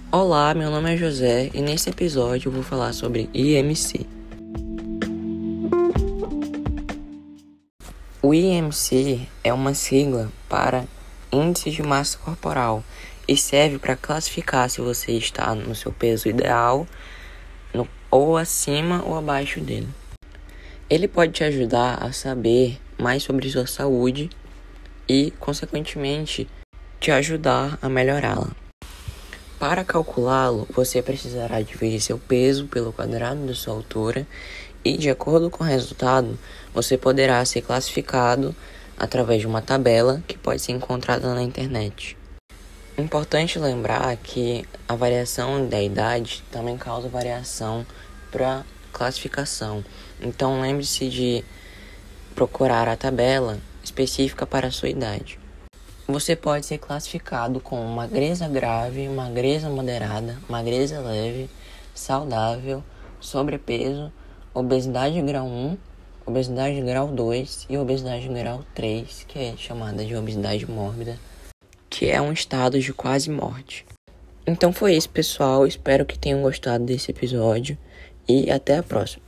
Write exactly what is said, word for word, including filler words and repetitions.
Olá, meu nome é José e nesse episódio eu vou falar sobre I M C. O I M C é uma sigla para Índice de Massa Corporal e serve para classificar se você está no seu peso ideal, no, ou acima ou abaixo dele. Ele pode te ajudar a saber mais sobre sua saúde e, consequentemente, te ajudar a melhorá-la. Para calculá-lo, você precisará dividir seu peso pelo quadrado da sua altura e, de acordo com o resultado, você poderá ser classificado através de uma tabela que pode ser encontrada na internet. Importante lembrar que a variação da idade também causa variação para classificação. Então lembre-se de procurar a tabela específica para a sua idade. Você pode ser classificado com magreza grave, magreza moderada, magreza leve, saudável, sobrepeso, obesidade grau um, obesidade grau dois e obesidade grau três, que é chamada de obesidade mórbida, que é um estado de quase morte. Então foi isso, pessoal. Espero que tenham gostado desse episódio e até a próxima.